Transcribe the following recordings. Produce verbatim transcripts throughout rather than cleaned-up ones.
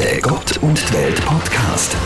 Der Gott und die Welt Podcast.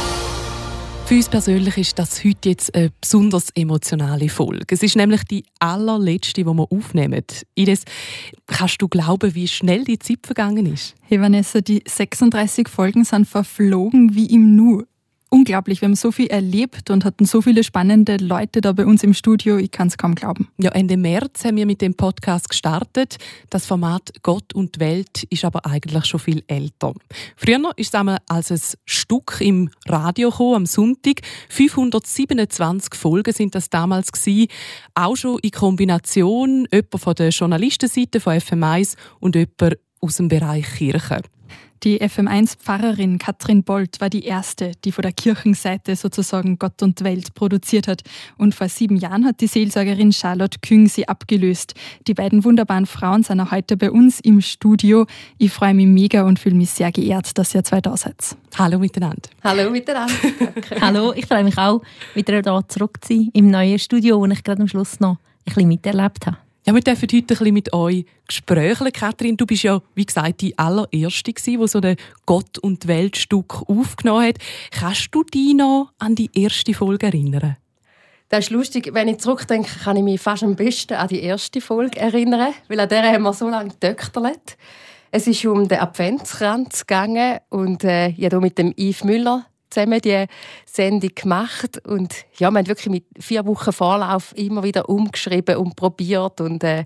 Für uns persönlich ist das heute jetzt eine besonders emotionale Folge. Es ist nämlich die allerletzte, die wir aufnehmen. Ines, kannst du glauben, wie schnell die Zeit vergangen ist? Hey Vanessa, die sechsunddreißig Folgen sind verflogen wie im Nu. Unglaublich, wir haben so viel erlebt und hatten so viele spannende Leute da bei uns im Studio, ich kann es kaum glauben. Ja, Ende März haben wir mit dem Podcast gestartet. Das Format Gott und die Welt ist aber eigentlich schon viel älter. Früher ist es einmal als ein Stück im Radio gekommen, am Sonntag. fünfhundertsiebenundzwanzig Folgen sind das damals gewesen. Auch schon in Kombination, jemand von der Journalistenseite von F M eins und jemand aus dem Bereich Kirche. Die F M eins Pfarrerin Katrin Bolt war die erste, die von der Kirchenseite sozusagen Gott und Welt produziert hat. Und vor sieben Jahren hat die Seelsorgerin Charlotte Küng sie abgelöst. Die beiden wunderbaren Frauen sind auch heute bei uns im Studio. Ich freue mich mega und fühle mich sehr geehrt, dass ihr zwei da seid. Hallo miteinander. Hallo miteinander. Okay. Hallo, ich freue mich auch, wieder hier zurück zu sein im neuen Studio, wo ich gerade am Schluss noch ein bisschen miterlebt habe. Ja, wir dürfen heute ein bisschen mit euch sprechen. Katrin, du bist ja, wie gesagt, die allererste gewesen, die so ein Gott- und die Welt-Stück aufgenommen hat. Kannst du dich noch an die erste Folge erinnern? Das ist lustig, wenn ich zurückdenke, kann ich mich fast am besten an die erste Folge erinnern, weil an der haben wir so lange getöchterlet. Es ist um den Adventskranz gegangen und äh, ich habe mit dem Yves Müller zusammen die Sendung gemacht und ja, wir haben wirklich mit vier Wochen Vorlauf immer wieder umgeschrieben und probiert und äh,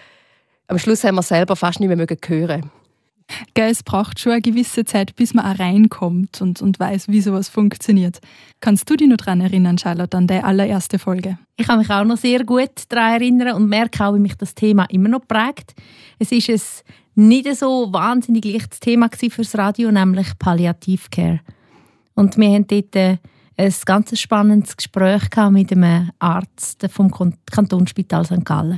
am Schluss haben wir selber fast nicht mehr hören. Gell, es braucht schon eine gewisse Zeit, bis man auch reinkommt und, und weiß, wie sowas funktioniert. Kannst du dich noch daran erinnern, Charlotte, an deine allererste Folge? Ich kann mich auch noch sehr gut daran erinnern und merke auch, wie mich das Thema immer noch prägt. Es ist ein nicht so wahnsinnig leichtes Thema für das Radio, nämlich Palliativcare. Und wir hatten dort ein ganz spannendes Gespräch mit einem Arzt vom Kantonsspital Sankt Gallen.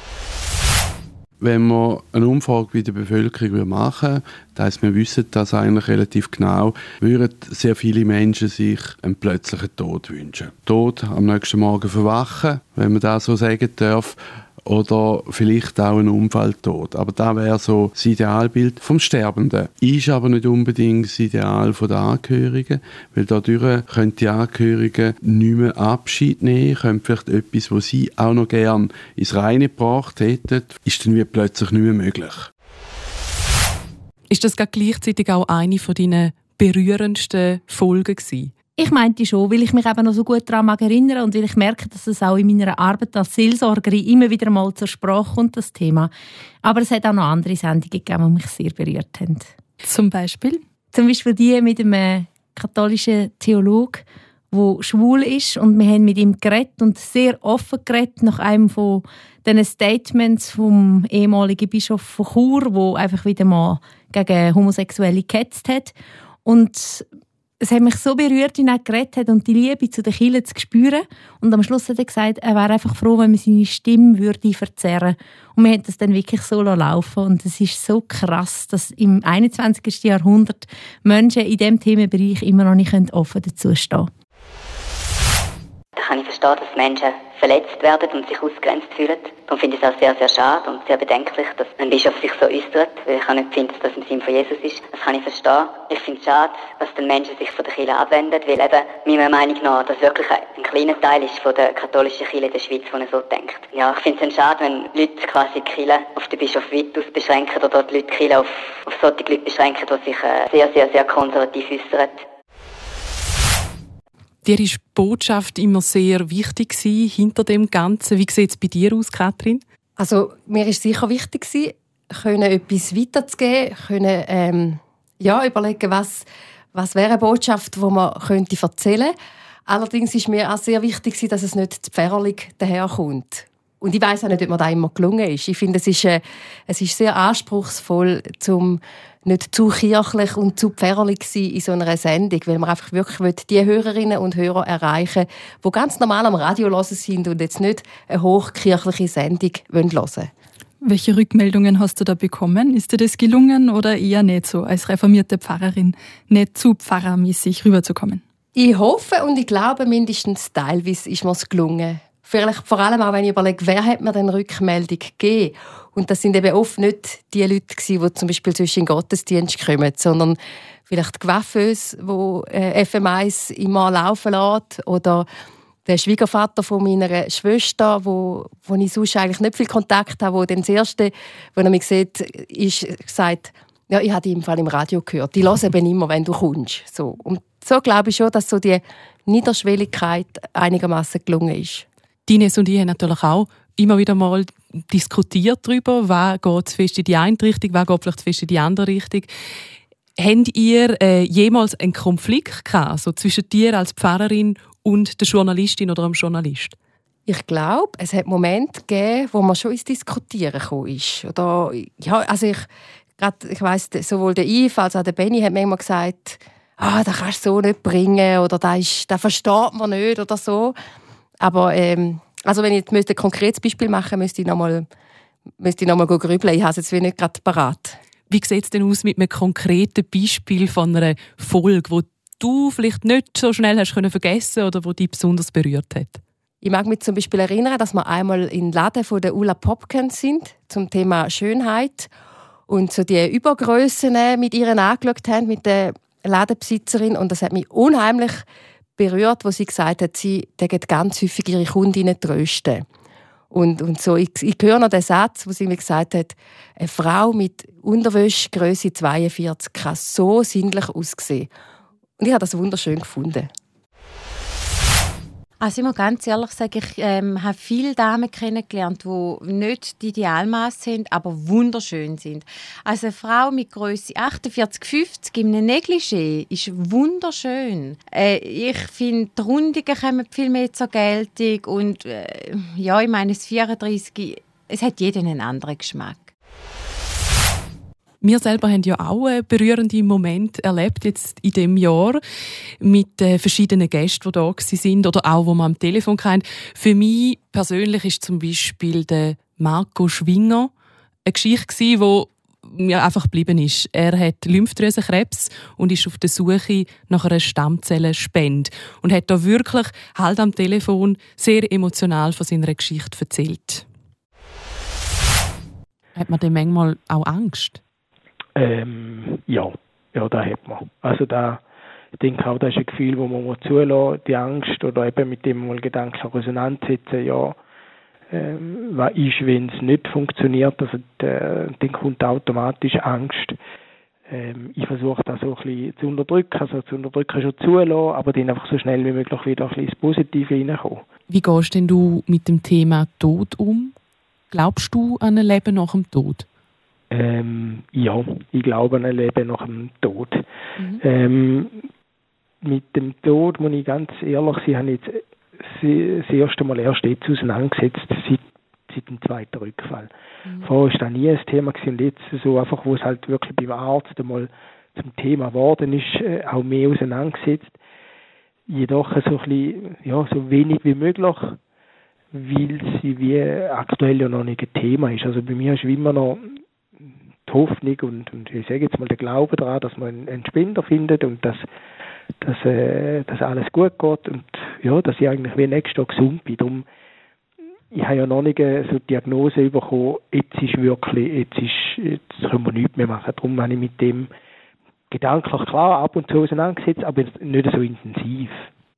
Wenn wir eine Umfrage bei der Bevölkerung machen würden, das heisst, wir wissen das eigentlich relativ genau, würden sehr viele Menschen sich einen plötzlichen Tod wünschen. Tod am nächsten Morgen verwachen, wenn man das so sagen darf, oder vielleicht auch ein Unfalltod. Aber das wäre so das Idealbild vom Sterbenden. Ist aber nicht unbedingt das Ideal der Angehörigen, weil dadurch können die Angehörigen nicht mehr Abschied nehmen, können vielleicht etwas, was sie auch noch gerne ins Reine gebracht hätten, ist dann wie plötzlich nicht mehr möglich. Ist das gleichzeitig auch eine deiner berührendsten Folgen gewesen? Ich meinte schon, weil ich mich eben noch so gut daran erinnern mag und weil ich merke, dass es auch in meiner Arbeit als Seelsorgerin immer wieder mal zur Sprache kommt, das Thema. Aber es hat auch noch andere Sendungen gegeben, die mich sehr berührt haben. Zum Beispiel? Zum Beispiel die mit einem katholischen Theologen, der schwul ist. Und wir haben mit ihm geredet und sehr offen geredet nach einem von diesen Statements vom ehemaligen Bischof von Chur, der einfach wieder mal gegen Homosexuelle gehetzt hat. Und es hat mich so berührt, wie er geredet hat und die Liebe zu den Kirchen zu spüren. Und am Schluss hat er gesagt, er wäre einfach froh, wenn man seine Stimme würde verzerren. Und wir haben das dann wirklich so laufen. Und es ist so krass, dass im einundzwanzigsten Jahrhundert Menschen in diesem Themenbereich immer noch nicht offen dazu stehen können. Da kann ich verstehen, dass Menschen verletzt werden und sich ausgegrenzt fühlen. Darum finde ich es auch sehr, sehr schade und sehr bedenklich, dass ein Bischof sich so äußert, weil ich auch nicht finde, dass das im Sinn von Jesus ist. Das kann ich verstehen. Ich finde es schade, dass die Menschen sich von der Kirche abwenden, weil eben meiner Meinung nach das wirklich ein kleiner Teil ist von der katholischen Kirche der Schweiz, die so denkt. Ja, ich finde es schade, wenn Leute quasi die Kirche auf den Bischof Vitus beschränken oder die Leute die Kirche auf, auf solche Leute beschränken, die sich äh, sehr, sehr, sehr konservativ äußern. Dir war die Botschaft immer sehr wichtig hinter dem Ganzen. Wie sieht es bei dir aus, Katrin? Also, mir war sicher wichtig, können etwas weiterzugeben, können ähm, ja, überlegen, was, was wäre eine Botschaft, die man könnte erzählen könnte. Allerdings war mir auch sehr wichtig, dass es nicht zu pfärrlich daherkommt. Und ich weiss auch nicht, ob mir das immer gelungen ist. Ich finde, es ist, äh, es ist sehr anspruchsvoll, zum nicht zu kirchlich und zu pfärrlich sein in so einer Sendung, weil man einfach wirklich die Hörerinnen und Hörer erreichen will, die ganz normal am Radio hören sind und jetzt nicht eine hochkirchliche Sendung hören wollen. Welche Rückmeldungen hast du da bekommen? Ist dir das gelungen oder eher nicht so, als reformierte Pfarrerin nicht zu pfarrermäßig rüberzukommen? Ich hoffe und ich glaube, mindestens teilweise ist mir es gelungen. Vielleicht vor allem auch, wenn ich überlege, wer hat mir denn Rückmeldung gegeben? Und das sind eben oft nicht die Leute, die zum Beispiel zwischen den Gottesdienst kommen, sondern vielleicht die Coiffeuse, die äh, F M eins immer laufen lässt, oder der Schwiegervater von meiner Schwester, wo, wo ich sonst eigentlich nicht viel Kontakt habe, wo dann das Erste, wenn er mich sieht, ist, sagt, ja, ich habe dich im Fall im Radio gehört. Die hören eben immer, wenn du kommst. So. Und so glaube ich schon, dass so die Niederschwelligkeit einigermaßen gelungen ist. Ines und ich haben natürlich auch immer wieder mal diskutiert darüber, was geht fest in die eine Richtung, was geht vielleicht fest in die andere Richtung. Habt ihr äh, jemals einen Konflikt gehabt, so zwischen dir als Pfarrerin und der Journalistin oder dem Journalist? Ich glaube, es hat Momente gegeben, wo man schon ins Diskutieren gekommen ist. Oder, ja, also ich, grad, ich weiss, sowohl der Yves als auch der Benni hat manchmal gesagt, ah, das kannst du so nicht bringen oder das, ist, das versteht man nicht oder so. Aber ähm, also wenn ich jetzt ein konkretes Beispiel machen müsste, müsste ich nochmal müsste ich noch mal grübeln. Ich habe es jetzt nicht gerade parat. Wie sieht es denn aus mit einem konkreten Beispiel von einer Folge, wo du vielleicht nicht so schnell hast können vergessen oder wo dich besonders berührt hat? Ich mag mich zum Beispiel erinnern, dass wir einmal in den Laden von der Ulla Popkins sind zum Thema Schönheit und so die Übergrössen mit ihr angeschaut haben, mit der Ladenbesitzerin. Und das hat mich unheimlich berührt, wo sie gesagt hat, sie würde ganz häufig ihre Kundinnen trösten. Und, und so, ich, ich höre noch den Satz, wo sie mir gesagt hat, eine Frau mit Unterwäsche Grösse zweiundvierzig kann so sinnlich aussehen. Und ich habe das wunderschön gefunden. Also ich muss ganz ehrlich sagen, ich ähm, habe viele Damen kennengelernt, die nicht die Idealmaß sind, aber wunderschön sind. Also eine Frau mit Grösse achtundvierzig, fünfzig in einem Negligé ist wunderschön. Äh, ich finde, die Rundungen kommen viel mehr zur Geltung und äh, ja, ich meine, das vierunddreißig, es hat jeder einen anderen Geschmack. Wir selber haben ja auch berührende Momente erlebt jetzt in diesem Jahr mit äh, verschiedenen Gästen, die da waren oder auch, die man am Telefon kennt. Für mich persönlich ist zum Beispiel der Marco Schwinger eine Geschichte, die mir einfach geblieben ist. Er hat Lymphdrüsenkrebs und ist auf der Suche nach einer Stammzellenspende und hat da wirklich halt am Telefon sehr emotional von seiner Geschichte erzählt. Hat man denn manchmal auch Angst? Ähm, ja, ja, da hat man. Also da, ich denke auch, das ist ein Gefühl, das man zulassen, die Angst oder eben mit dem mal gedanklich auseinandersetzen, ja, ähm, was ist, wenn es nicht funktioniert, also der, dann kommt automatisch Angst. Ähm, ich versuche das so ein bisschen zu unterdrücken, also zu unterdrücken schon zulassen, aber dann einfach so schnell wie möglich wieder ein bisschen ins Positive hineinkommen. Wie gehst denn du mit dem Thema Tod um? Glaubst du an ein Leben nach dem Tod? Ähm, ja, ich glaube an ein Leben nach dem Tod. Mhm. Ähm, mit dem Tod, muss ich ganz ehrlich sein, habe ich jetzt das erste Mal erst jetzt auseinandergesetzt, seit, seit dem zweiten Rückfall. Mhm. Vorher war das nie ein Thema gewesen, und jetzt so einfach, wo es halt wirklich beim Arzt einmal zum Thema geworden ist, äh, auch mehr auseinandergesetzt. Jedoch so ein bisschen, ja, so wenig wie möglich, weil sie wie aktuell ja noch nicht ein Thema ist. Also bei mir ist immer noch die Hoffnung und, und ich sage jetzt mal der Glaube daran, dass man einen Spender findet und dass, dass, äh, dass alles gut geht und ja, dass ich eigentlich wie nächstes Jahr gesund bin. Darum, ich habe ja noch nicht so die Diagnose bekommen, jetzt ist wirklich, jetzt, ist, jetzt können wir nichts mehr machen. Darum habe ich mit dem gedanklich klar ab und zu auseinandergesetzt, aber nicht so intensiv.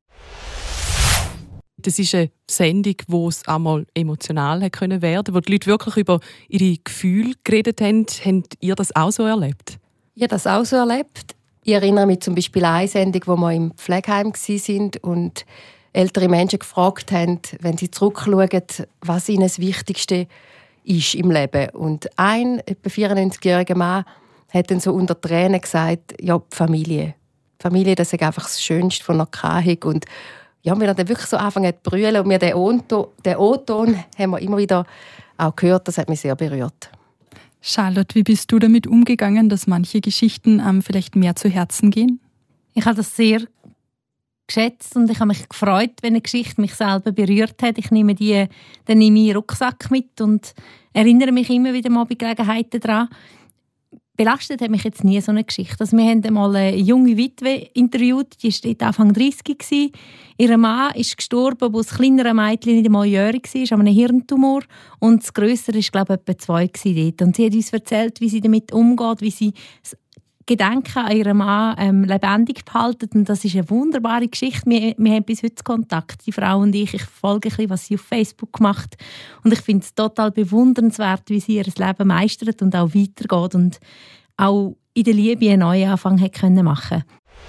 Das ist eine Sendung, wo es einmal emotional werden konnte, wo die Leute wirklich über ihre Gefühle geredet haben. Habt ihr das auch so erlebt? Ich habe das auch so erlebt. Ich erinnere mich zum Beispiel an eine Sendung, wo wir im Pflegeheim waren und ältere Menschen gefragt haben, wenn sie zurückschauen, was ihnen das Wichtigste ist im Leben. Und ein etwa vierundneunzigjähriger Mann hat dann so unter Tränen gesagt, ja, die Familie. Die Familie, das ist einfach das Schönste, was noch hatte. Und ja, wir haben dann wirklich so angefangen zu brüllen und wir den O-Ton, den O-Ton haben wir immer wieder auch gehört. Das hat mich sehr berührt. Charlotte, wie bist du damit umgegangen, dass manche Geschichten einem vielleicht mehr zu Herzen gehen? Ich habe das sehr geschätzt und ich habe mich gefreut, wenn eine Geschichte mich selber berührt hat. Ich nehme die dann in meinen Rucksack mit und erinnere mich immer wieder mal bei Gelegenheiten daran. Belastet hat mich jetzt nie so eine Geschichte. Also wir haben einmal eine junge Witwe interviewt, die war Anfang dreißig. Ihr Mann ist gestorben, als das kleinere Mädchen nicht einmal jährig war, an einem Hirntumor. Und das Grössere war, glaube ich, etwa zwei dort. Und sie hat uns erzählt, wie sie damit umgeht, wie sie Gedanken an ihren Mann ähm, lebendig behalten. Und das ist eine wunderbare Geschichte. Wir, wir haben bis heute Kontakt, die Frau und ich. Ich folge ein bisschen, was sie auf Facebook macht. Und ich finde es total bewundernswert, wie sie ihr Leben meistert und auch weitergeht und auch in der Liebe einen neuen Anfang hat können machen.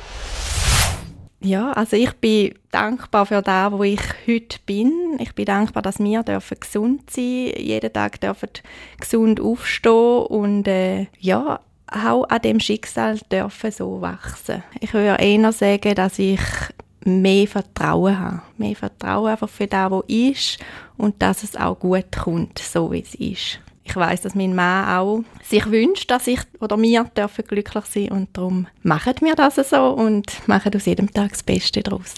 Ja, also ich bin dankbar für das, wo ich heute bin. Ich bin dankbar, dass wir dürfen gesund sein dürfen, jeden Tag dürfen gesund aufstehen und äh, ja, auch an dem Schicksal dürfen so wachsen. Ich würde eher sagen, dass ich mehr Vertrauen habe. Mehr Vertrauen einfach für das, was ist und dass es auch gut kommt, so wie es ist. Ich weiss, dass mein Mann auch sich wünscht, dass ich oder wir dürfen glücklich sein und darum machen wir das so und machen aus jedem Tag das Beste daraus.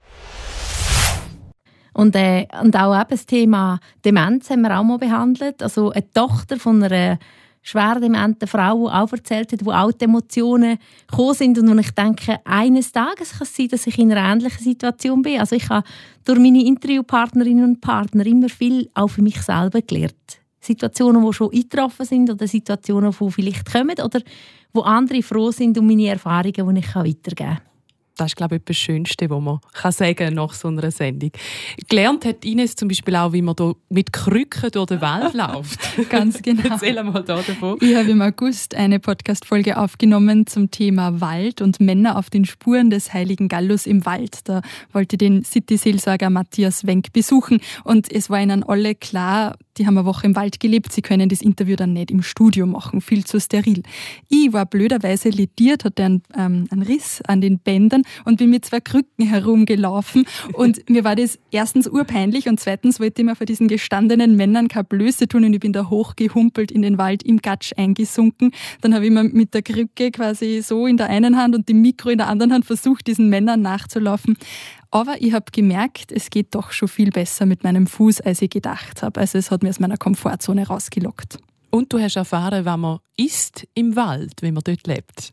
Und, äh, und auch eben das Thema Demenz haben wir auch mal behandelt. Also eine Tochter von einer schwer dementen Frau, die auch erzählt hat, wo auch die Emotionen gekommen sind und wo ich denke, eines Tages kann es sein, dass ich in einer ähnlichen Situation bin. Also ich habe durch meine Interviewpartnerinnen und Partner immer viel auch für mich selber gelernt. Situationen, die schon eingetroffen sind oder Situationen, die vielleicht kommen oder wo andere froh sind um meine Erfahrungen, die ich weitergeben kann. Das ist, glaube ich, das Schönste, was man kann sagen nach so einer Sendung. Gelernt hat Ines zum Beispiel auch, wie man mit Krücken durch die Welt läuft. Ganz genau. Erzähl mal da davon. Ich habe im August eine Podcast-Folge aufgenommen zum Thema Wald und Männer auf den Spuren des heiligen Gallus im Wald. Da wollte ich den City-Seelsorger Matthias Wenck besuchen und es war ihnen alle klar, die haben eine Woche im Wald gelebt, sie können das Interview dann nicht im Studio machen, viel zu steril. Ich war blöderweise lediert, hatte einen, ähm, einen Riss an den Bändern und bin mit zwei Krücken herumgelaufen und mir war das erstens urpeinlich und zweitens wollte ich mir vor diesen gestandenen Männern keine Blöße tun und ich bin da hochgehumpelt in den Wald im Gatsch eingesunken. Dann habe ich mir mit der Krücke quasi so in der einen Hand und dem Mikro in der anderen Hand versucht, diesen Männern nachzulaufen. Aber ich habe gemerkt, es geht doch schon viel besser mit meinem Fuß, als ich gedacht habe. Also es hat mich aus meiner Komfortzone rausgelockt. Und du hast erfahren, was man isst im Wald, wenn man dort lebt.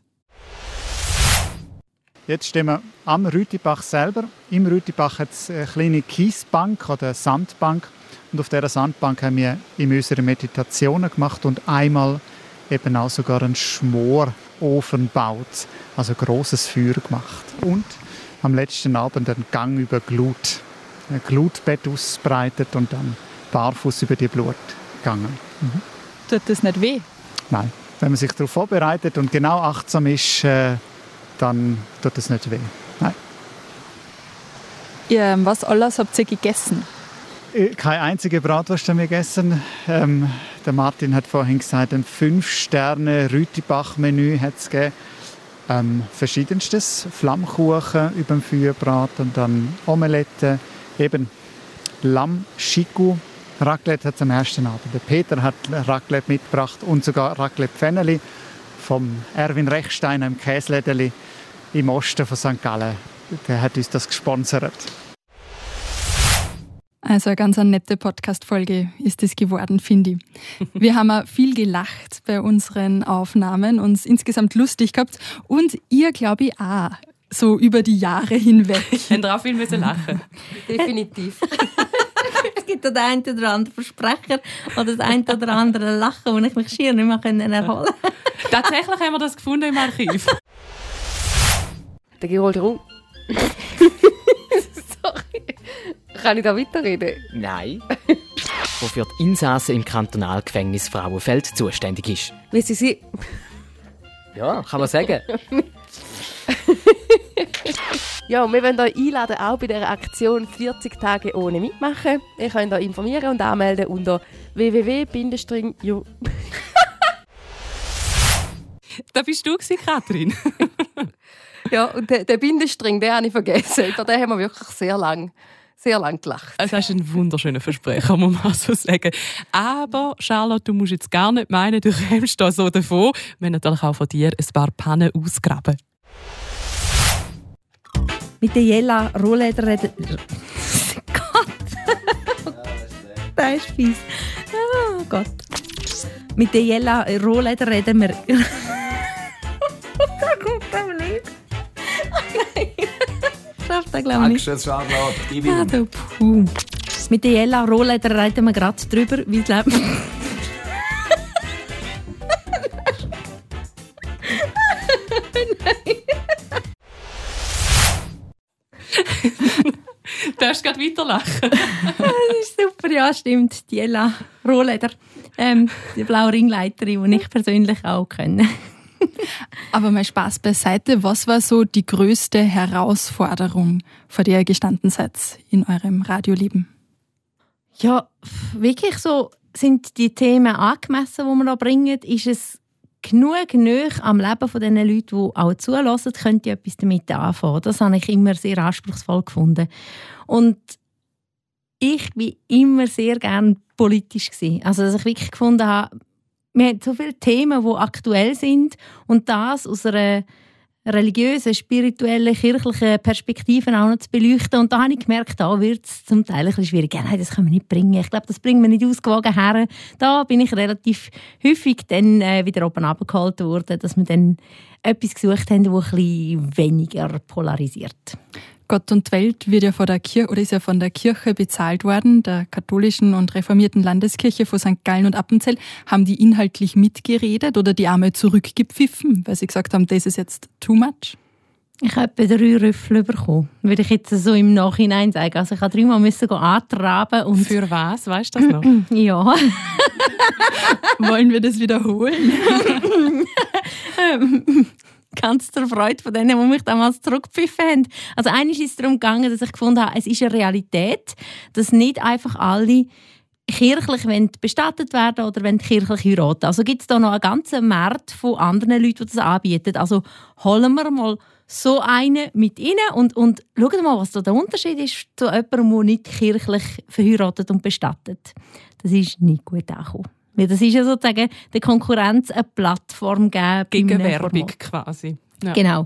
Jetzt stehen wir am Rütibach selber. Im Rütibach hat es eine kleine Kiesbank oder Sandbank. Und auf dieser Sandbank haben wir in unsere Meditationen gemacht und einmal eben auch sogar einen Schmorofen gebaut. Also ein grosses Feuer gemacht. Und am letzten Abend einen Gang über Glut. Ein Glutbett ausbreitet und dann barfuß über die Blut gegangen. Mhm. Tut das nicht weh? Nein. Wenn man sich darauf vorbereitet und genau achtsam ist, äh, dann tut es nicht weh. Nein. Ja, was alles habt ihr gegessen? Keine einzige Bratwurst haben wir gegessen. Ähm, der Martin hat vorhin gesagt, ein Fünf-Sterne-Rütibach-Menü hat es gegeben. Ähm, verschiedenstes. Flammkuchen über dem Feuer braten und dann Omelette, eben Lamm-Schiku. Raclette hat es am ersten Abend. Der Peter hat Raclette mitgebracht und sogar Raclette-Pfenneli vom Erwin Rechsteiner im Käslädeli im Osten von Sankt Gallen. Der hat uns das gesponsert. Also eine ganz eine nette Podcast-Folge ist es geworden, finde ich. Wir haben auch viel gelacht bei unseren Aufnahmen, uns insgesamt lustig gehabt und ihr, glaube ich, auch so über die Jahre hinweg. Ich habe drauf viel müssen lachen. Definitiv. Es gibt den einen oder anderen Versprecher oder das eine oder andere Lachen, wo ich mich schier nicht mehr erholen konnte. Tatsächlich haben wir das gefunden im Archiv. Der Gerold Ruh. Sorry. Kann ich da weiterreden? Nein. Wofür die Insassen im Kantonalgefängnis Frauenfeld zuständig ist. Wie sie sie... Ja, kann man sagen. Ja, und wir wollen euch einladen, auch bei dieser Aktion vierzig Tage ohne mitmachen. Ihr könnt euch informieren und anmelden unter w w w Bindestrich ju Da bist du gewesen, Katrin. Ja, und den, den Bindestrich, den habe ich vergessen. Über den haben wir wirklich sehr lang, sehr lang gelacht. Also das ist ein wunderschöner Versprecher, muss man so sagen. Aber Charlotte, du musst jetzt gar nicht meinen, du kommst da so davon. Wir haben natürlich auch von dir ein paar Pannen ausgraben. Mit der Jella Rohleder reden... Gott! Das ist fies. Oh Gott. Mit der Jella Rohleder reden wir... Das kommt aber nicht. Oh nein. Schafft er, glaube ich, nicht. Dankeschön, Charlotte. Gib ihm. Ah, du Puh. Mit der Jella Rohleder reden wir gerade drüber, wie es lebt. darfst gerade weiterlachen. Das ist super, ja, stimmt. Die Ella Rohleder, ähm, die blaue Ringleiterin, die ich persönlich auch kenne. Aber mal Spaß beiseite, was war so die größte Herausforderung, vor der ihr gestanden seid in eurem Radioleben? Ja, wirklich so sind die Themen angemessen, die wir da bringen. Ist es genug nahe am Leben von den Leuten, die auch zulassen, könnte ich etwas damit anfangen. Das habe ich immer sehr anspruchsvoll gefunden. Und ich war immer sehr gerne politisch gewesen. Also, dass ich wirklich gefunden habe, wir haben so viele Themen, die aktuell sind und das aus einer religiösen, spirituellen, kirchlichen Perspektive auch noch zu beleuchten. Und da habe ich gemerkt, da wird es zum Teil ein bisschen schwierig. Ja, nein, das können wir nicht bringen. Ich glaube, das bringen wir nicht ausgewogen her. Da bin ich relativ häufig dann äh, wieder oben runtergeholt worden, dass wir dann etwas gesucht haben, das ein bisschen weniger polarisiert. Gott und Welt wird ja von der Kirche oder ist ja von der Kirche bezahlt worden, der katholischen und reformierten Landeskirche von Sankt Gallen und Appenzell. Haben die inhaltlich mitgeredet oder die einmal zurückgepfiffen, weil sie gesagt haben, das ist jetzt too much? Ich habe etwa drei Rüffel bekommen, würde ich jetzt so im Nachhinein sagen. Also ich musste dreimal müssen antraben. Und für was? Weißt du das noch? Ja. Wollen wir das wiederholen? Ganz zur Freude von denen, die mich damals zurückgepfiffen haben. Also eigentlich ist es darum gegangen, dass ich gefunden habe, es ist eine Realität, dass nicht einfach alle kirchlich bestattet werden oder wenn kirchlich heiraten. Also gibt es da noch einen ganzen Markt von anderen Leuten, die das anbieten. Also holen wir mal so einen mit rein und, und schauen mal, was da der Unterschied ist zu jemandem, der nicht kirchlich verheiratet und bestattet. Das ist nicht gut angekommen. Weil das ist ja sozusagen der Konkurrenz eine Plattform geben. Gegen Werbung quasi. Ja. Genau.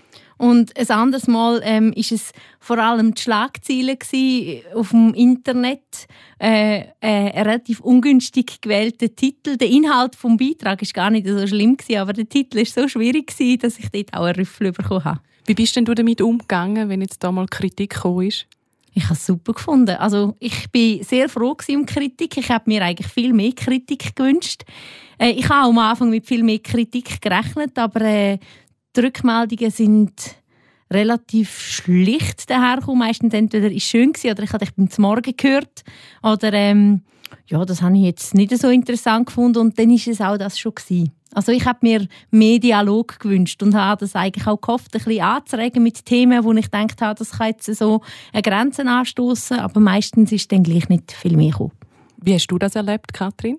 Und ein anderes Mal ähm, ist es vor allem die Schlagzeilen auf dem Internet. Äh, äh, ein relativ ungünstig gewählter Titel. Der Inhalt des Beitrags war gar nicht so schlimm, aber der Titel war so schwierig, dass ich dort auch einen Rüffel bekommen habe. Wie bist denn du damit umgegangen, wenn jetzt da mal Kritik gekommen ist? Ich habe es super gefunden. Also, ich war sehr froh um Kritik. Ich habe mir eigentlich viel mehr Kritik gewünscht. Äh, ich habe am Anfang mit viel mehr Kritik gerechnet, aber äh, die Rückmeldungen sind relativ schlicht dahergekommen. Meistens entweder ist es schön gewesen, oder ich habe dich beim Morgen gehört. Oder ähm, ja, das habe ich jetzt nicht so interessant gefunden. Und dann war es auch das schon gewesen. Also ich habe mir mehr Dialog gewünscht und habe das eigentlich auch gehofft, ein bisschen anzuregen mit Themen, wo ich gedacht habe, das kann jetzt so eine Grenze anstoßen, aber meistens ist dann gleich nicht viel mehr gekommen. Wie hast du das erlebt, Katrin?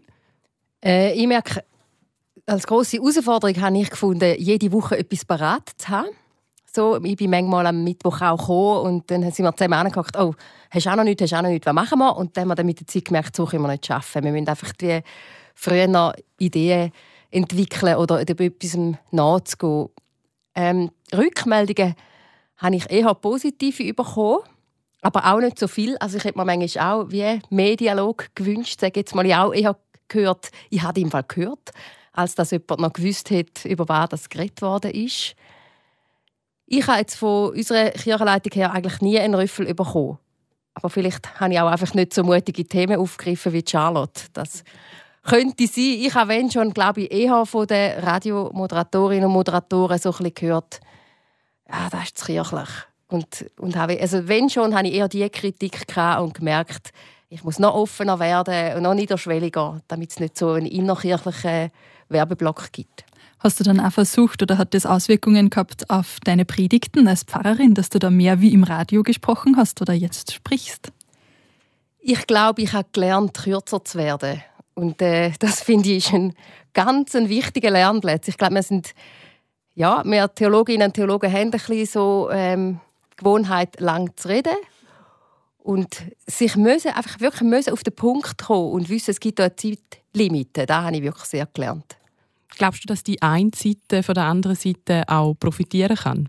Äh, ich merke, als grosse Herausforderung habe ich gefunden, jede Woche etwas parat zu haben. So, ich bin manchmal am Mittwoch auch gekommen und dann sind wir zusammen angeguckt, oh, hast du auch noch nichts, hast du auch noch nichts, was machen wir? Und dann haben wir dann mit der Zeit gemerkt, so können wir nicht arbeiten. Wir müssen einfach die früher Ideen entwickeln oder etwas nachzugehen. Ähm, Rückmeldungen habe ich eher positive bekommen, aber auch nicht so viel. Also ich hätte mir manchmal auch wie mehr Dialog gewünscht. Sage jetzt mal, ich auch eher gehört, ich habe im Fall gehört, als dass jemand noch gewusst hat, über was das geredet worden ist. Ich habe jetzt von unserer Kirchenleitung her eigentlich nie einen Rüffel bekommen. Aber vielleicht habe ich auch einfach nicht so mutige Themen aufgegriffen wie Charlotte. Das könnte sein. Ich habe wenn schon, glaube ich, eher von den Radiomoderatorinnen und Moderatoren so ein bisschen gehört, ja, das ist zu kirchlich. Und, und habe, also wenn schon, habe ich eher diese Kritik gehabt und gemerkt, ich muss noch offener werden und noch niederschwelliger, damit es nicht so einen innerkirchlichen Werbeblock gibt. Hast du dann auch versucht oder hat das Auswirkungen gehabt auf deine Predigten als Pfarrerin, dass du da mehr wie im Radio gesprochen hast oder jetzt sprichst? Ich glaube, ich habe gelernt, kürzer zu werden. Und äh, das, finde ich, ist ein ganz ein wichtiger Lernplatz. Ich glaube, wir sind, ja, wir Theologinnen und Theologen haben ein bisschen so ähm, die Gewohnheit, lang zu reden. Und sich müssen, einfach wirklich müssen auf den Punkt kommen und wissen, es gibt da eine Zeitlimite. Das habe ich wirklich sehr gelernt. Glaubst du, dass die eine Seite von der anderen Seite auch profitieren kann?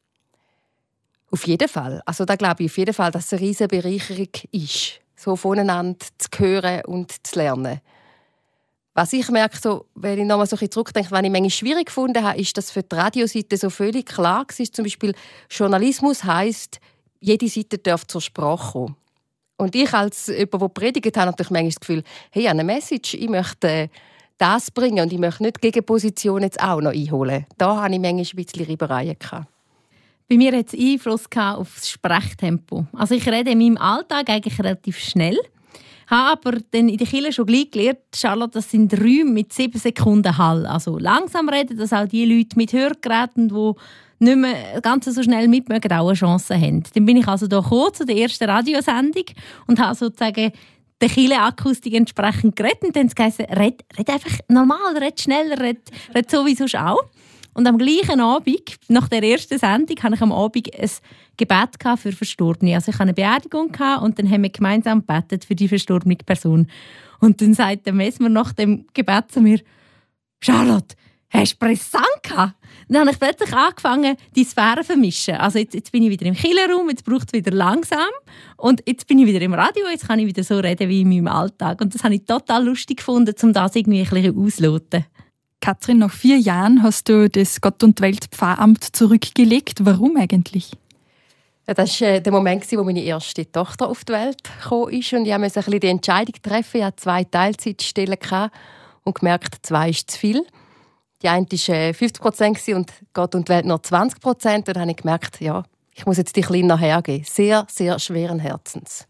Auf jeden Fall. Also da glaube ich auf jeden Fall, dass es eine riesige Bereicherung ist, so voneinander zu hören und zu lernen. Was ich merke, so, wenn ich nochmal so ein bisschen zurückdenke, was ich manchmal schwierig gefunden habe, ist, dass für die Radioseite so völlig klar war. Zum Beispiel Journalismus heisst, jede Seite darf zur Sprache kommen. Und ich als jemand, der predigt, habe natürlich manchmal das Gefühl, hey, ich habe eine Message, ich möchte das bringen und ich möchte nicht die Gegenposition jetzt auch noch einholen. Da hatte ich manchmal ein bisschen Reibereien. Bei mir hat es Einfluss auf das Sprechtempo. Also ich rede in meinem Alltag eigentlich relativ schnell, habe aber dann in der Kirche schon gleich gelernt, Charlotte, das sind Räume mit sieben Sekunden Hall. Also langsam reden, dass auch die Leute mit Hörgeräten, die nicht mehr ganz so schnell mitmögen, auch eine Chance haben. Dann bin ich also hier gekommen, zu der ersten Radiosendung und habe sozusagen der Kirchenakustik entsprechend geredet. Und dann hat es gesagt, red, red einfach normal, red schneller, red, red so wie sonst auch. Und am gleichen Abend, nach der ersten Sendung, hatte ich am Abend ein Gebet für Verstorbene. Also ich hatte eine Beerdigung und dann haben wir gemeinsam gebetet für die verstorbene Person. Und dann sagt der Messmer nach dem Gebet zu mir, «Charlotte, hast du Präsent gehabt?» Dann habe ich plötzlich angefangen, die Sphären zu vermischen. Also jetzt, jetzt bin ich wieder im Kirchenraum, jetzt braucht es wieder langsam. Und jetzt bin ich wieder im Radio, jetzt kann ich wieder so reden wie in meinem Alltag. Und das habe ich total lustig gefunden, um das irgendwie ein bisschen auszuloten. Katrin, nach vier Jahren hast du das Gott und Welt Pfarramt zurückgelegt. Warum eigentlich? Ja, das war der Moment, wo meine erste Tochter auf die Welt gekommen ist. Und ich musste ein bisschen die Entscheidung treffen. Ich hatte zwei Teilzeitstellen und gemerkt, zwei ist zu viel. Die eine war fünfzig Prozent und Gott und Welt nur zwanzig Prozent. Und dann habe ich gemerkt, ja, ich muss jetzt die Kleinen hergeben. Sehr, sehr schweren Herzens.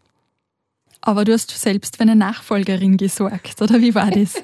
Aber du hast selbst für eine Nachfolgerin gesorgt, oder wie war das?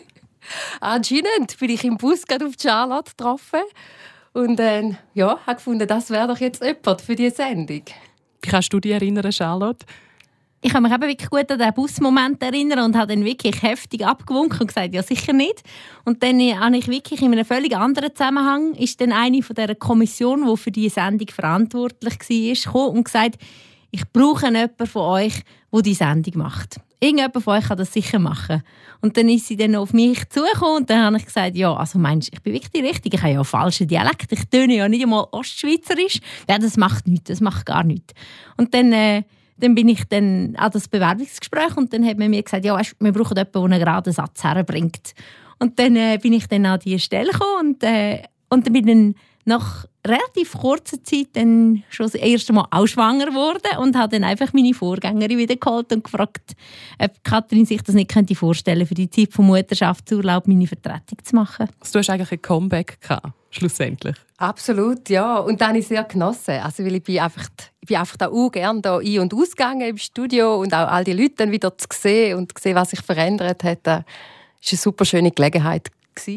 Anscheinend bin ich im Bus gerade auf Charlotte getroffen. Und äh, ja, habe gefunden, das wäre doch jetzt jemand für diese Sendung. Wie kannst du dich erinnern, Charlotte? Ich kann mich eben wirklich gut an diesen Busmoment erinnern und habe dann wirklich heftig abgewunken und gesagt, ja sicher nicht. Und dann habe ich wirklich in einem völlig anderen Zusammenhang, ist dann eine von dieser Kommission, die für diese Sendung verantwortlich war, gekommen und gesagt, ich brauche jemanden von euch, der die Sendung macht. Irgendjemand von euch kann das sicher machen. Und dann ist sie dann auf mich zugekommen und dann habe ich gesagt, ja, also meinst du, ich bin wirklich die Richtige, ich habe ja einen falschen Dialekt, ich töne ja nicht einmal Ostschweizerisch. Ja, das macht nichts, das macht gar nichts. Und dann, äh, dann bin ich dann an das Bewerbungsgespräch und dann hat man mir gesagt, ja, weißt, wir brauchen jemanden, der einen geraden Satz herbringt. Und dann äh, bin ich dann an diese Stelle gekommen und, äh, und dann bin ich dann nach relativ kurzer Zeit dann schon das erste Mal auch schwanger geworden und habe dann einfach meine Vorgängerin wieder geholt und gefragt, ob Katrin sich das nicht könnte vorstellen, für die Zeit vom Mutterschaftsurlaub meine Vertretung zu machen. Also du hast eigentlich ein Comeback gehabt, schlussendlich. Absolut, ja. Und das habe ich sehr genossen. Also, weil ich bin einfach, ich bin einfach auch gerne da ein- und ausgegangen im Studio und auch all die Leute dann wieder zu sehen und zu sehen, was sich verändert hat. Das war eine super schöne Gelegenheit.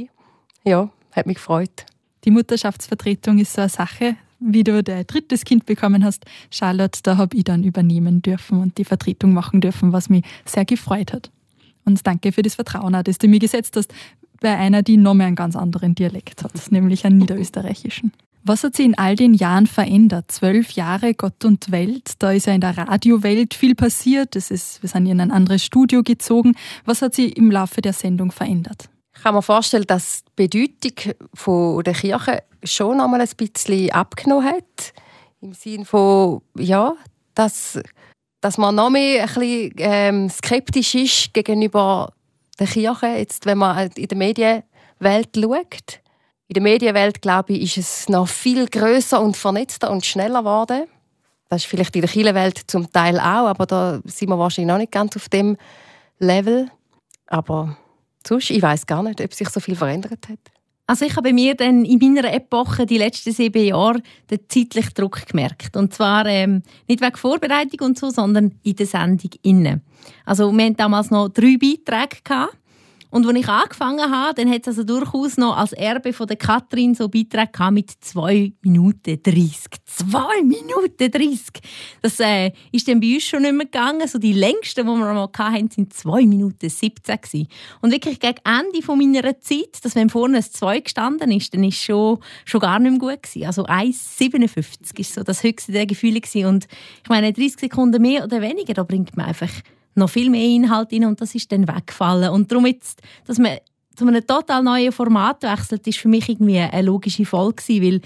Ja, hat mich gefreut. Die Mutterschaftsvertretung ist so eine Sache, wie du dein drittes Kind bekommen hast. Charlotte, da habe ich dann übernehmen dürfen und die Vertretung machen dürfen, was mich sehr gefreut hat. Und danke für das Vertrauen, das du mir gesetzt hast, bei einer, die noch mehr einen ganz anderen Dialekt hat, nämlich einen niederösterreichischen. Was hat sich in all den Jahren verändert? Zwölf Jahre Gott und Welt, da ist ja in der Radiowelt viel passiert. Das ist, wir sind in ein anderes Studio gezogen. Was hat sich im Laufe der Sendung verändert? Ich kann mir vorstellen, dass die Bedeutung von der Kirche schon einmal ein bisschen abgenommen hat. Im Sinne von, ja, dass, dass man noch mehr ein bisschen ähm, skeptisch ist gegenüber der Kirche, jetzt, wenn man in der Medienwelt schaut. In der Medienwelt, glaube ich, ist es noch viel grösser und vernetzter und schneller geworden. Das ist vielleicht in der Kirchenwelt zum Teil auch, aber da sind wir wahrscheinlich noch nicht ganz auf dem Level. Aber sonst, ich weiss gar nicht, ob sich so viel verändert hat. Also ich habe bei mir dann in meiner Epoche die letzten sieben Jahre den zeitlichen Druck gemerkt. Und zwar ähm, nicht wegen Vorbereitung und so, sondern in der Sendung innen. Also wir hatten damals noch drei Beiträge gehabt. Und als ich angefangen habe, dann hat es also durchaus noch als Erbe von der Katrin so Beiträge gehabt mit zwei Minuten dreißig. zwei Minuten dreißig! Das äh, ist dann bei uns schon nicht mehr gegangen. So die längsten, die wir mal hatten, waren zwei Minuten siebzehn gewesen. Und wirklich gegen Ende von meiner Zeit, dass wenn vorne ein zwei gestanden ist, dann war es schon, schon gar nicht mehr gut gewesen. Also eins siebenundfünfzig war so das höchste der Gefühle gewesen. Und ich meine, dreißig Sekunden mehr oder weniger, da bringt man einfach noch viel mehr Inhalt rein und das ist dann weggefallen. Und darum jetzt, dass man zu einem total neuen Format wechselt, ist für mich irgendwie eine logische Folge gewesen, weil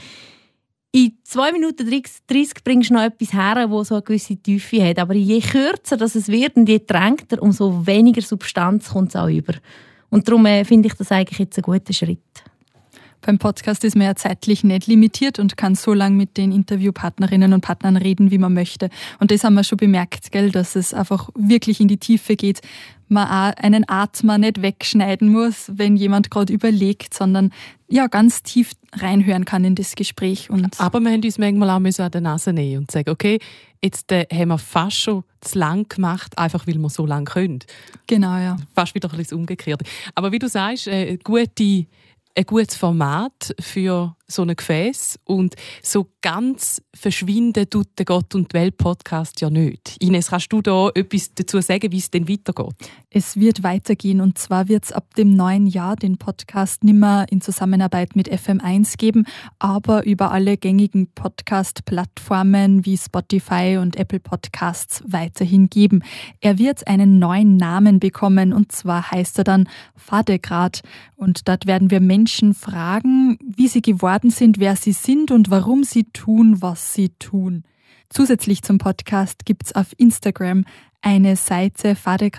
in zwei Minuten dreißig bringst du noch etwas her, das so eine gewisse Tiefe hat. Aber je kürzer das es wird und je drängter, umso weniger Substanz kommt es auch über. Und darum äh, finde ich das eigentlich jetzt einen guten Schritt. Beim Podcast ist man ja zeitlich nicht limitiert und kann so lange mit den Interviewpartnerinnen und Partnern reden, wie man möchte. Und das haben wir schon bemerkt, gell, dass es einfach wirklich in die Tiefe geht. Man auch einen Atmer nicht wegschneiden muss, wenn jemand gerade überlegt, sondern ja, ganz tief reinhören kann in das Gespräch. Und aber wir haben uns manchmal auch an der Nase nehmen und sagen, okay, jetzt äh, haben wir fast schon zu lang gemacht, einfach weil wir so lang können. Genau, ja. Fast wieder ein bisschen umgekehrt. Aber wie du sagst, äh, gute ein gutes Format für so ein Gefäß und so ganz verschwinden tut der Gott und die Welt Podcast ja nicht. Ines, kannst du da etwas dazu sagen, wie es denn weitergeht? Es wird weitergehen und zwar wird es ab dem neuen Jahr den Podcast nicht mehr in Zusammenarbeit mit F M eins geben, aber über alle gängigen Podcast-Plattformen wie Spotify und Apple Podcasts weiterhin geben. Er wird einen neuen Namen bekommen und zwar heißt er dann Vadegrad und dort werden wir Menschen fragen, wie sie geworden sind, wer sie sind und warum sie tun, was sie tun. Zusätzlich zum Podcast gibt es auf Instagram eine Seite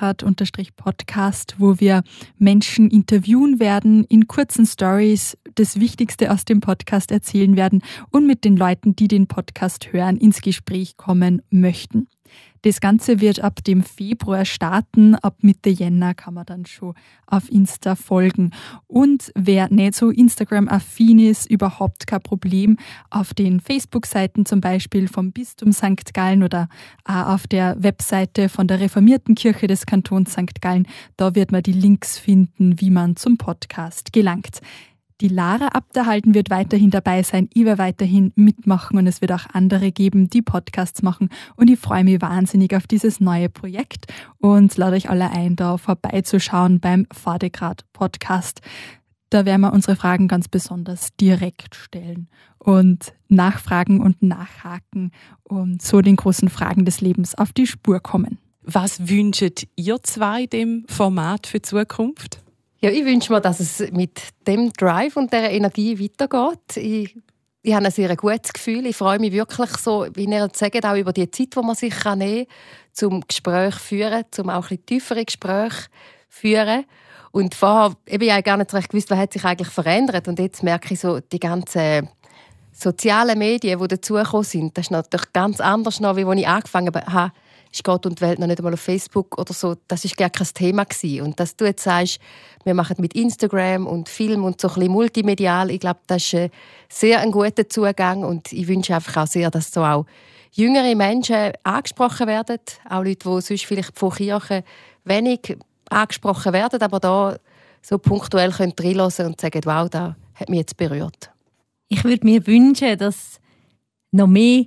vadegrad-podcast, wo wir Menschen interviewen werden, in kurzen Stories das Wichtigste aus dem Podcast erzählen werden und mit den Leuten, die den Podcast hören, ins Gespräch kommen möchten. Das Ganze wird ab dem Februar starten. Ab Mitte Jänner kann man dann schon auf Insta folgen. Und wer nicht so Instagram-affin ist, überhaupt kein Problem. Auf den Facebook-Seiten zum Beispiel vom Bistum Sankt Gallen oder auch auf der Webseite von der Reformierten Kirche des Kantons Sankt Gallen, da wird man die Links finden, wie man zum Podcast gelangt. Die Lara Abderhalden wird weiterhin dabei sein, ich werde weiterhin mitmachen und es wird auch andere geben, die Podcasts machen und ich freue mich wahnsinnig auf dieses neue Projekt und lade euch alle ein, da vorbeizuschauen beim Vadegrad Podcast. Da werden wir unsere Fragen ganz besonders direkt stellen und nachfragen und nachhaken und so den großen Fragen des Lebens auf die Spur kommen. Was wünscht ihr zwei dem Format für die Zukunft? Ja, ich wünsche mir, dass es mit dem Drive und dieser Energie weitergeht. Ich, ich habe ein sehr gutes Gefühl. Ich freue mich wirklich so, wie ihr sagt, auch über die Zeit, die man sich nehmen kann, zum Gespräch führen, zum auch ein bisschen tiefere Gespräche führen. Und vorher habe ich gar nicht recht gewusst, was hat sich eigentlich verändert. Und jetzt merke ich so, die ganzen sozialen Medien, die dazugekommen sind, das ist natürlich ganz anders, noch, wie als ich angefangen habe. Ist Gott und die Welt noch nicht einmal auf Facebook oder so, das war gar kein Thema gewesen. Und dass du jetzt sagst, wir machen mit Instagram und Film und so ein bisschen multimedial, ich glaube, das ist ein sehr ein guter Zugang und ich wünsche einfach auch sehr, dass so auch jüngere Menschen angesprochen werden, auch Leute, die sonst vielleicht von Kirche wenig angesprochen werden, aber da so punktuell können reinhören und sagen, wow, das hat mich jetzt berührt. Ich würde mir wünschen, dass noch mehr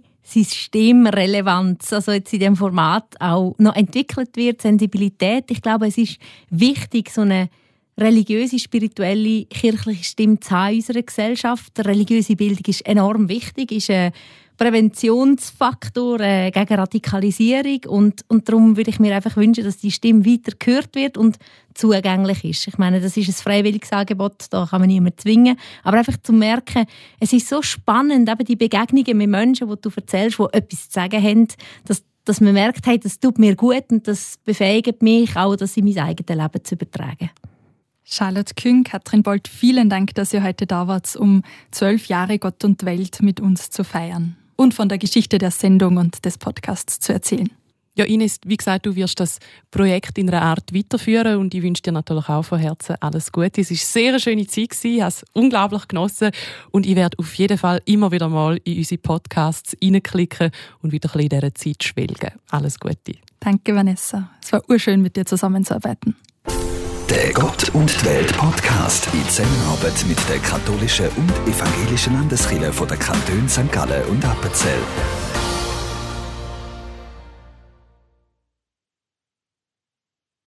Systemrelevanz, also jetzt in diesem Format auch noch entwickelt wird, Sensibilität. Ich glaube, es ist wichtig, so eine religiöse, spirituelle, kirchliche Stimme zu haben in unserer Gesellschaft. Die religiöse Bildung ist enorm wichtig, ist ein Präventionsfaktor äh, gegen Radikalisierung und, und darum würde ich mir einfach wünschen, dass die Stimme weiter gehört wird und zugänglich ist. Ich meine, das ist ein freiwilliges Angebot, da kann man niemanden zwingen, aber einfach zu merken, es ist so spannend, eben die Begegnungen mit Menschen, die du erzählst, die etwas zu sagen haben, dass, dass man merkt, hey, das tut mir gut und das befähigt mich auch, das in mein eigenes Leben zu übertragen. Charlotte Küng, Katrin Bolt, vielen Dank, dass ihr heute da wart, um zwölf Jahre Gott und Welt mit uns zu feiern und von der Geschichte der Sendung und des Podcasts zu erzählen. Ja, Ines, wie gesagt, du wirst das Projekt in einer Art weiterführen und ich wünsche dir natürlich auch von Herzen alles Gute. Es war eine sehr schöne Zeit, ich habe es unglaublich genossen und ich werde auf jeden Fall immer wieder mal in unsere Podcasts reinklicken und wieder ein bisschen in dieser Zeit schwelgen. Alles Gute. Danke, Vanessa. Es war urschön, mit dir zusammenzuarbeiten. Der Gott und die Welt Podcast in Zusammenarbeit mit der katholischen und evangelischen Landeskirche von der Kantone Sankt Gallen und Appenzell.